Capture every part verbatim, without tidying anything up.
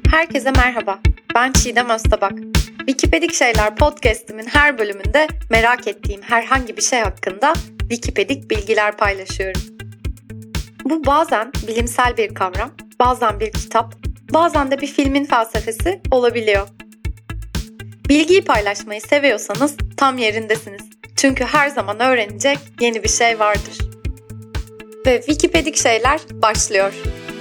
Herkese merhaba, ben Çiğdem Öztabak. Wikipedik Şeyler podcast'imin her bölümünde merak ettiğim herhangi bir şey hakkında Wikipedik bilgiler paylaşıyorum. Bu bazen bilimsel bir kavram, bazen bir kitap, bazen de bir filmin felsefesi olabiliyor. Bilgiyi paylaşmayı seviyorsanız tam yerindesiniz. Çünkü her zaman öğrenecek yeni bir şey vardır. Ve Wikipedik Şeyler başlıyor.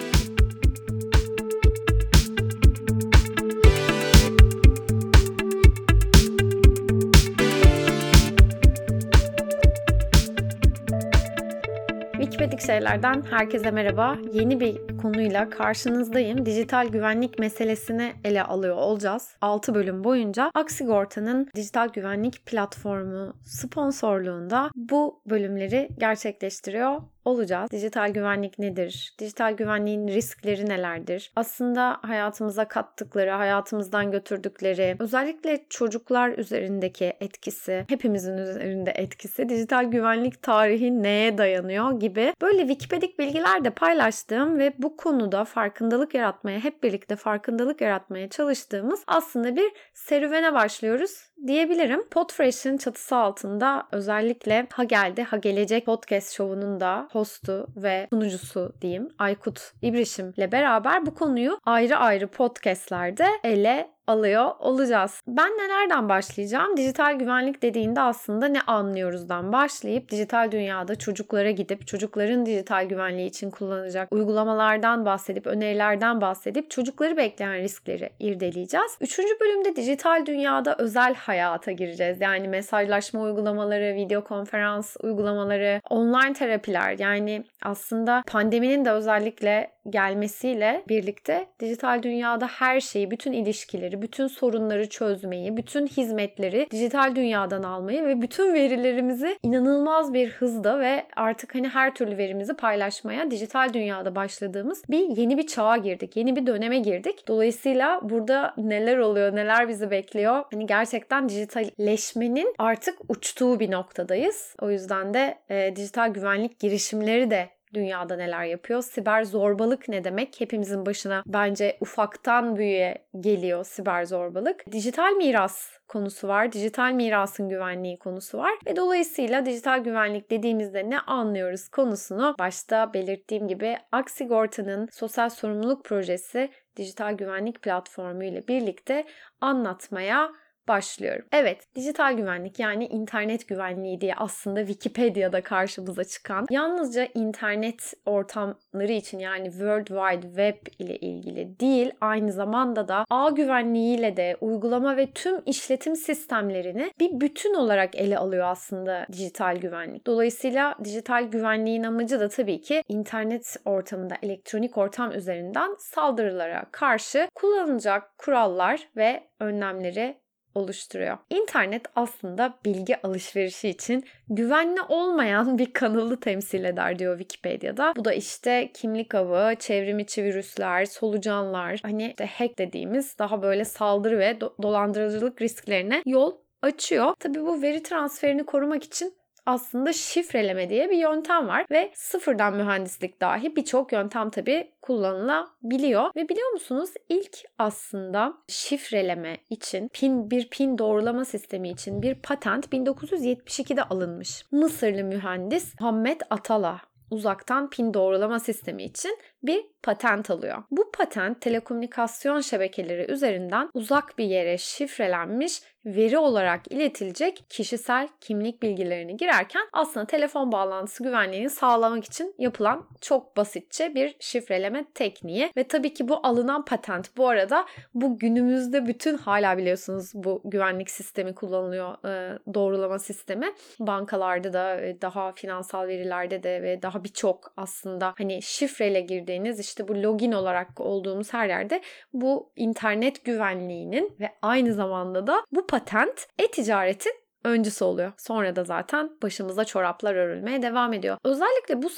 Wikipedik Şeyler'den herkese merhaba. Yeni bir konuyla karşınızdayım. Dijital güvenlik meselesini ele alıyor olacağız. altı bölüm boyunca Aksigorta'nın dijital güvenlik platformu sponsorluğunda bu bölümleri gerçekleştiriyor olacağız. Dijital güvenlik nedir? Dijital güvenliğin riskleri nelerdir? Aslında hayatımıza kattıkları, hayatımızdan götürdükleri, özellikle çocuklar üzerindeki etkisi, hepimizin üzerinde etkisi, dijital güvenlik tarihi neye dayanıyor gibi böyle Wikipedik bilgiler de paylaştığım ve bu konuda farkındalık yaratmaya, hep birlikte farkındalık yaratmaya çalıştığımız aslında bir serüvene başlıyoruz diyebilirim. Podfresh'in çatısı altında özellikle Ha Geldi Ha Gelecek podcast şovunun da hostu ve sunucusu diyeyim Aykut İbrişim'le beraber bu konuyu ayrı ayrı podcastlerde ele alıyor olacağız. Ben nelerden başlayacağım? Dijital güvenlik dediğinde aslında ne anlıyoruzdan başlayıp dijital dünyada çocuklara gidip çocukların dijital güvenliği için kullanacak uygulamalardan bahsedip önerilerden bahsedip çocukları bekleyen riskleri irdeleyeceğiz. Üçüncü bölümde dijital dünyada özel hayata gireceğiz. Yani mesajlaşma uygulamaları, video konferans uygulamaları, online terapiler, yani aslında pandeminin de özellikle gelmesiyle birlikte dijital dünyada her şeyi, bütün ilişkileri, bütün sorunları çözmeyi, bütün hizmetleri dijital dünyadan almayı ve bütün verilerimizi inanılmaz bir hızda ve artık hani her türlü verimizi paylaşmaya dijital dünyada başladığımız bir yeni bir çağa girdik. Yeni bir döneme girdik. Dolayısıyla burada neler oluyor, neler bizi bekliyor? Hani gerçekten dijitalleşmenin artık uçtuğu bir noktadayız. O yüzden de e, dijital güvenlik girişimleri de dünyada neler yapıyor? Siber zorbalık ne demek? Hepimizin başına bence ufaktan büyüye geliyor siber zorbalık. Dijital miras konusu var. Dijital mirasın güvenliği konusu var. Ve dolayısıyla dijital güvenlik dediğimizde ne anlıyoruz konusunu başta belirttiğim gibi Aksigorta'nın sosyal sorumluluk projesi dijital güvenlik platformu ile birlikte anlatmaya başlıyorum. Evet, dijital güvenlik yani internet güvenliği diye aslında Wikipedia'da karşımıza çıkan, yalnızca internet ortamları için yani World Wide Web ile ilgili değil, aynı zamanda da ağ güvenliğiyle de uygulama ve tüm işletim sistemlerini bir bütün olarak ele alıyor aslında dijital güvenlik. Dolayısıyla dijital güvenliğin amacı da tabii ki internet ortamında, elektronik ortam üzerinden saldırılara karşı kullanılacak kurallar ve önlemleri oluşturuyor. İnternet aslında bilgi alışverişi için güvenli olmayan bir kanalı temsil eder diyor Wikipedia'da. Bu da işte kimlik avı, çevrimiçi virüsler, solucanlar, hani işte hack dediğimiz daha böyle saldırı ve do- dolandırıcılık risklerine yol açıyor. Tabii bu veri transferini korumak için aslında şifreleme diye bir yöntem var ve sıfırdan mühendislik dahi birçok yöntem tabii kullanılabiliyor. Ve biliyor musunuz ilk aslında şifreleme için pin bir pin doğrulama sistemi için bir patent bin dokuz yüz yetmiş ikide alınmış. Mısırlı mühendis Muhammed Atala uzaktan pin doğrulama sistemi için bir patent alıyor. Bu patent telekomünikasyon şebekeleri üzerinden uzak bir yere şifrelenmiş veri olarak iletilecek kişisel kimlik bilgilerini girerken aslında telefon bağlantısı güvenliğini sağlamak için yapılan çok basitçe bir şifreleme tekniği ve tabii ki bu alınan patent bu arada bu günümüzde bütün hala biliyorsunuz bu güvenlik sistemi kullanılıyor, e, doğrulama sistemi. Bankalarda da daha finansal verilerde de ve daha birçok aslında hani şifreyle girdiğiniz işte bu login olarak olduğumuz her yerde bu internet güvenliğinin ve aynı zamanda da bu patent e-ticaretin öncüsü oluyor. Sonra da zaten başımıza çoraplar örülmeye devam ediyor. Özellikle bu sene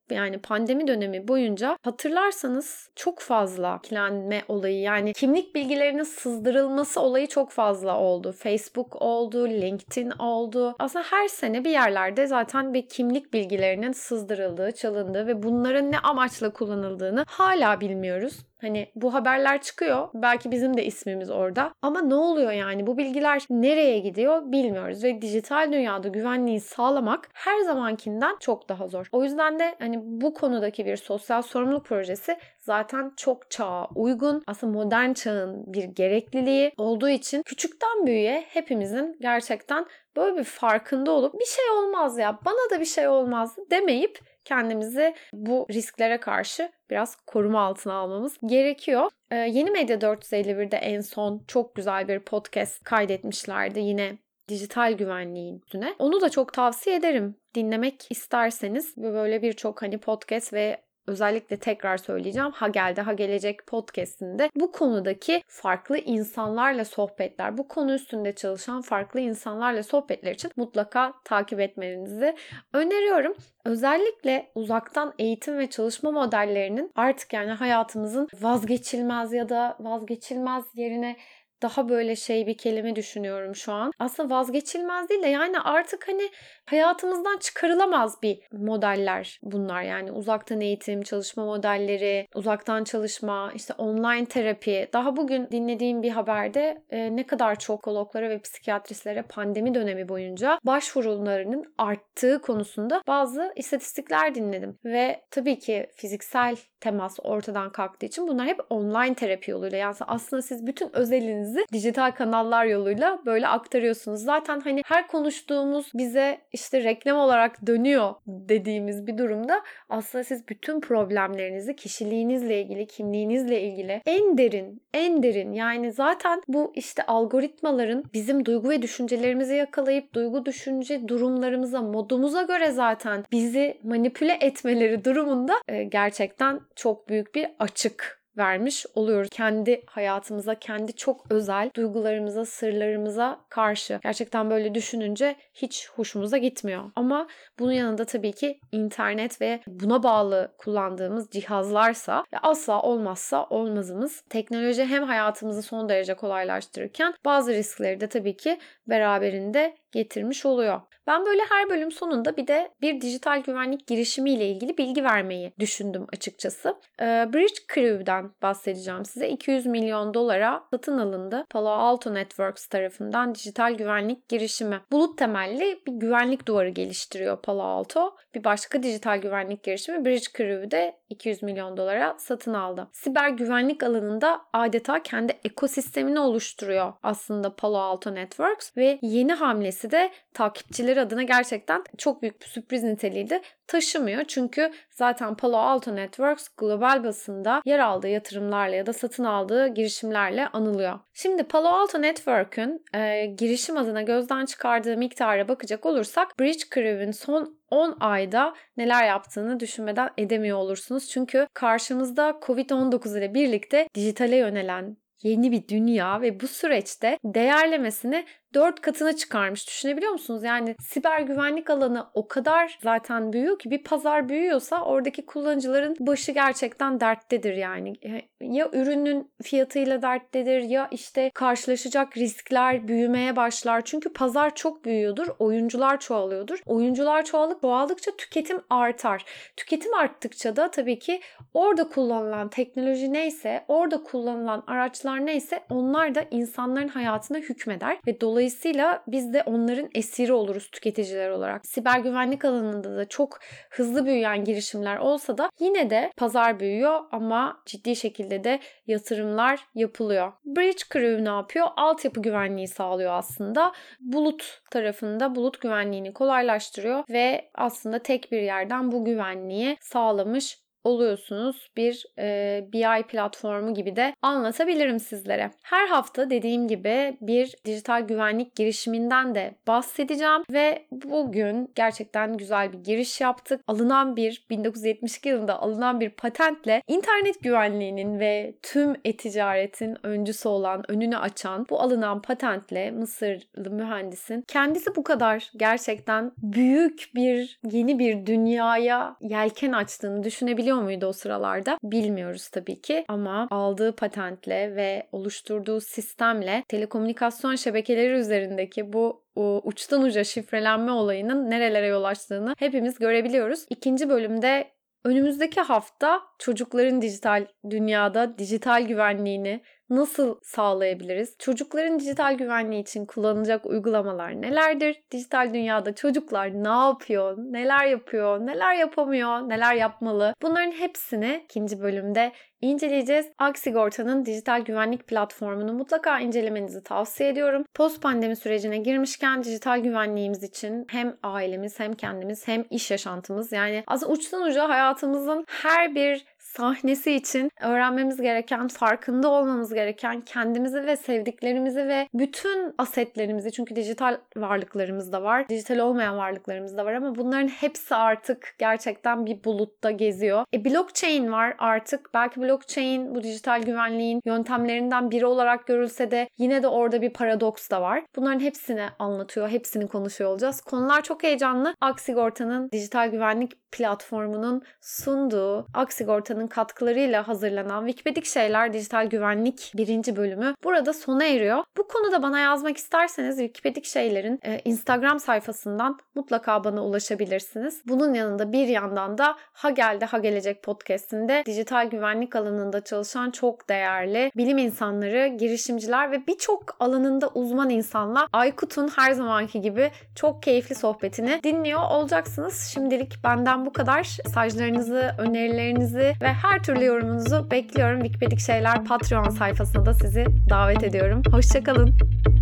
yani pandemi dönemi boyunca hatırlarsanız çok fazla kilitlenme olayı, yani kimlik bilgilerinin sızdırılması olayı çok fazla oldu. Facebook oldu, LinkedIn oldu. Aslında her sene bir yerlerde zaten bir kimlik bilgilerinin sızdırıldığı, çalındığı ve bunların ne amaçla kullanıldığını hala bilmiyoruz. Hani bu haberler çıkıyor. Belki bizim de ismimiz orada. Ama ne oluyor yani? Bu bilgiler nereye gidiyor bilmiyoruz. Ve dijital dünyada güvenliği sağlamak her zamankinden çok daha zor. O yüzden de hani bu konudaki bir sosyal sorumluluk projesi zaten çok çağa uygun. Aslında modern çağın bir gerekliliği olduğu için küçükten büyüğe hepimizin gerçekten böyle bir farkında olup bir şey olmaz ya, bana da bir şey olmaz demeyip kendimizi bu risklere karşı biraz koruma altına almamız gerekiyor. Ee, Yeni Medya dört yüz elli birde en son çok güzel bir podcast kaydetmişlerdi yine dijital güvenliğin üstüne. Onu da çok tavsiye ederim dinlemek isterseniz. Böyle birçok hani podcast ve özellikle tekrar söyleyeceğim, Ha Geldi Ha Gelecek podcast'inde bu konudaki farklı insanlarla sohbetler, bu konu üstünde çalışan farklı insanlarla sohbetler için mutlaka takip etmenizi öneriyorum. Özellikle uzaktan eğitim ve çalışma modellerinin artık yani hayatımızın vazgeçilmez ya da vazgeçilmez yerine daha böyle şey bir kelime düşünüyorum şu an. Aslında vazgeçilmez değil de yani artık hani hayatımızdan çıkarılamaz bir modeller bunlar. Yani uzaktan eğitim, çalışma modelleri, uzaktan çalışma, işte online terapi. Daha bugün dinlediğim bir haberde e, ne kadar çok psikologlara ve psikiyatristlere pandemi dönemi boyunca başvurularının arttığı konusunda bazı istatistikler dinledim. Ve tabii ki fiziksel temas ortadan kalktığı için bunlar hep online terapi yoluyla. Yani aslında siz bütün özelinizi dijital kanallar yoluyla böyle aktarıyorsunuz. Zaten hani her konuştuğumuz bize işte reklam olarak dönüyor dediğimiz bir durumda aslında siz bütün problemlerinizi kişiliğinizle ilgili, kimliğinizle ilgili en derin, en derin yani zaten bu işte algoritmaların bizim duygu ve düşüncelerimizi yakalayıp duygu düşünce durumlarımıza, modumuza göre zaten bizi manipüle etmeleri durumunda e, gerçekten çok büyük bir açık vermiş oluyoruz. Kendi hayatımıza, kendi çok özel duygularımıza, sırlarımıza karşı. Gerçekten böyle düşününce hiç hoşumuza gitmiyor. Ama bunun yanında tabii ki internet ve buna bağlı kullandığımız cihazlarsa ve asla olmazsa olmazımız. Teknoloji hem hayatımızı son derece kolaylaştırırken bazı riskleri de tabii ki beraberinde getirmiş oluyor. Ben böyle her bölüm sonunda bir de bir dijital güvenlik girişimiyle ilgili bilgi vermeyi düşündüm açıkçası. Ee, Bridge Crew'den bahsedeceğim size. iki yüz milyon dolara satın alındı. Palo Alto Networks tarafından dijital güvenlik girişimi. Bulut temelli bir güvenlik duvarı geliştiriyor Palo Alto. Bir başka dijital güvenlik girişimi Bridge Crew'u de iki yüz milyon dolara satın aldı. Siber güvenlik alanında adeta kendi ekosistemini oluşturuyor aslında Palo Alto Networks ve yeni hamlesi de takipçileri adına gerçekten çok büyük bir sürpriz niteliği taşımıyor. Çünkü zaten Palo Alto Networks global basında yer aldığı yatırımlarla ya da satın aldığı girişimlerle anılıyor. Şimdi Palo Alto Network'ün e, girişim adına gözden çıkardığı miktara bakacak olursak Bridge Crew'ün son on ayda neler yaptığını düşünmeden edemiyor olursunuz. Çünkü karşımızda covid on dokuz ile birlikte dijitale yönelen yeni bir dünya ve bu süreçte değerlemesini dört katına çıkarmış. Düşünebiliyor musunuz? Yani siber güvenlik alanı o kadar zaten büyüyor ki bir pazar büyüyorsa oradaki kullanıcıların başı gerçekten derttedir yani. Ya ürünün fiyatıyla derttedir ya işte karşılaşacak riskler büyümeye başlar. Çünkü pazar çok büyüyordur, oyuncular çoğalıyordur. Oyuncular çoğalıp çoğaldıkça tüketim artar. Tüketim arttıkça da tabii ki orada kullanılan teknoloji neyse, orada kullanılan araçlar neyse onlar da insanların hayatına hükmeder ve dolayısıyla Dolayısıyla biz de onların esiri oluruz tüketiciler olarak. Siber güvenlik alanında da çok hızlı büyüyen girişimler olsa da yine de pazar büyüyor ama ciddi şekilde de yatırımlar yapılıyor. Bridge Crew ne yapıyor? Altyapı güvenliği sağlıyor aslında. Bulut tarafında bulut güvenliğini kolaylaştırıyor ve aslında tek bir yerden bu güvenliği sağlamış oluyorsunuz. Bir e, B I platformu gibi de anlatabilirim sizlere. Her hafta dediğim gibi bir dijital güvenlik girişiminden de bahsedeceğim ve bugün gerçekten güzel bir giriş yaptık. Alınan bir bin dokuz yüz yetmiş iki yılında alınan bir patentle internet güvenliğinin ve tüm e-ticaretin öncüsü olan, önünü açan bu alınan patentle Mısırlı mühendisin kendisi bu kadar gerçekten büyük bir yeni bir dünyaya yelken açtığını düşünebiliyor muydu o sıralarda? Bilmiyoruz tabii ki ama aldığı patentle ve oluşturduğu sistemle telekomünikasyon şebekeleri üzerindeki bu uçtan uca şifrelenme olayının nerelere yol açtığını hepimiz görebiliyoruz. İkinci bölümde önümüzdeki hafta çocukların dijital dünyada dijital güvenliğini nasıl sağlayabiliriz? Çocukların dijital güvenliği için kullanılacak uygulamalar nelerdir? Dijital dünyada çocuklar ne yapıyor? Neler yapıyor? Neler yapamıyor? Neler yapmalı? Bunların hepsini ikinci bölümde inceleyeceğiz. Aksigorta'nın dijital güvenlik platformunu mutlaka incelemenizi tavsiye ediyorum. Post pandemi sürecine girmişken dijital güvenliğimiz için hem ailemiz hem kendimiz hem iş yaşantımız yani aslında uçtan uca hayatımızın her bir sahnesi için öğrenmemiz gereken, farkında olmamız gereken kendimizi ve sevdiklerimizi ve bütün asetlerimizi, çünkü dijital varlıklarımız da var, dijital olmayan varlıklarımız da var ama bunların hepsi artık gerçekten bir bulutta geziyor. E blockchain var artık. Belki blockchain bu dijital güvenliğin yöntemlerinden biri olarak görülse de yine de orada bir paradoks da var. Bunların hepsini anlatıyor, hepsini konuşuyor olacağız. Konular çok heyecanlı. Aksigorta'nın dijital güvenlik platformunun sunduğu, Aksigorta'nın katkılarıyla hazırlanan Wikipedik Şeyler Dijital Güvenlik birinci bölümü burada sona eriyor. Bu konuda bana yazmak isterseniz Wikipedik Şeyler'in e, Instagram sayfasından mutlaka bana ulaşabilirsiniz. Bunun yanında bir yandan da Ha Geldi Ha Gelecek podcast'inde dijital güvenlik alanında çalışan çok değerli bilim insanları, girişimciler ve birçok alanında uzman insanla Aykut'un her zamanki gibi çok keyifli sohbetini dinliyor olacaksınız. Şimdilik benden bu kadar. Mesajlarınızı, önerilerinizi ve her türlü yorumunuzu bekliyorum. Wikipedik Şeyler Patreon sayfasına da sizi davet ediyorum. Hoşça kalın.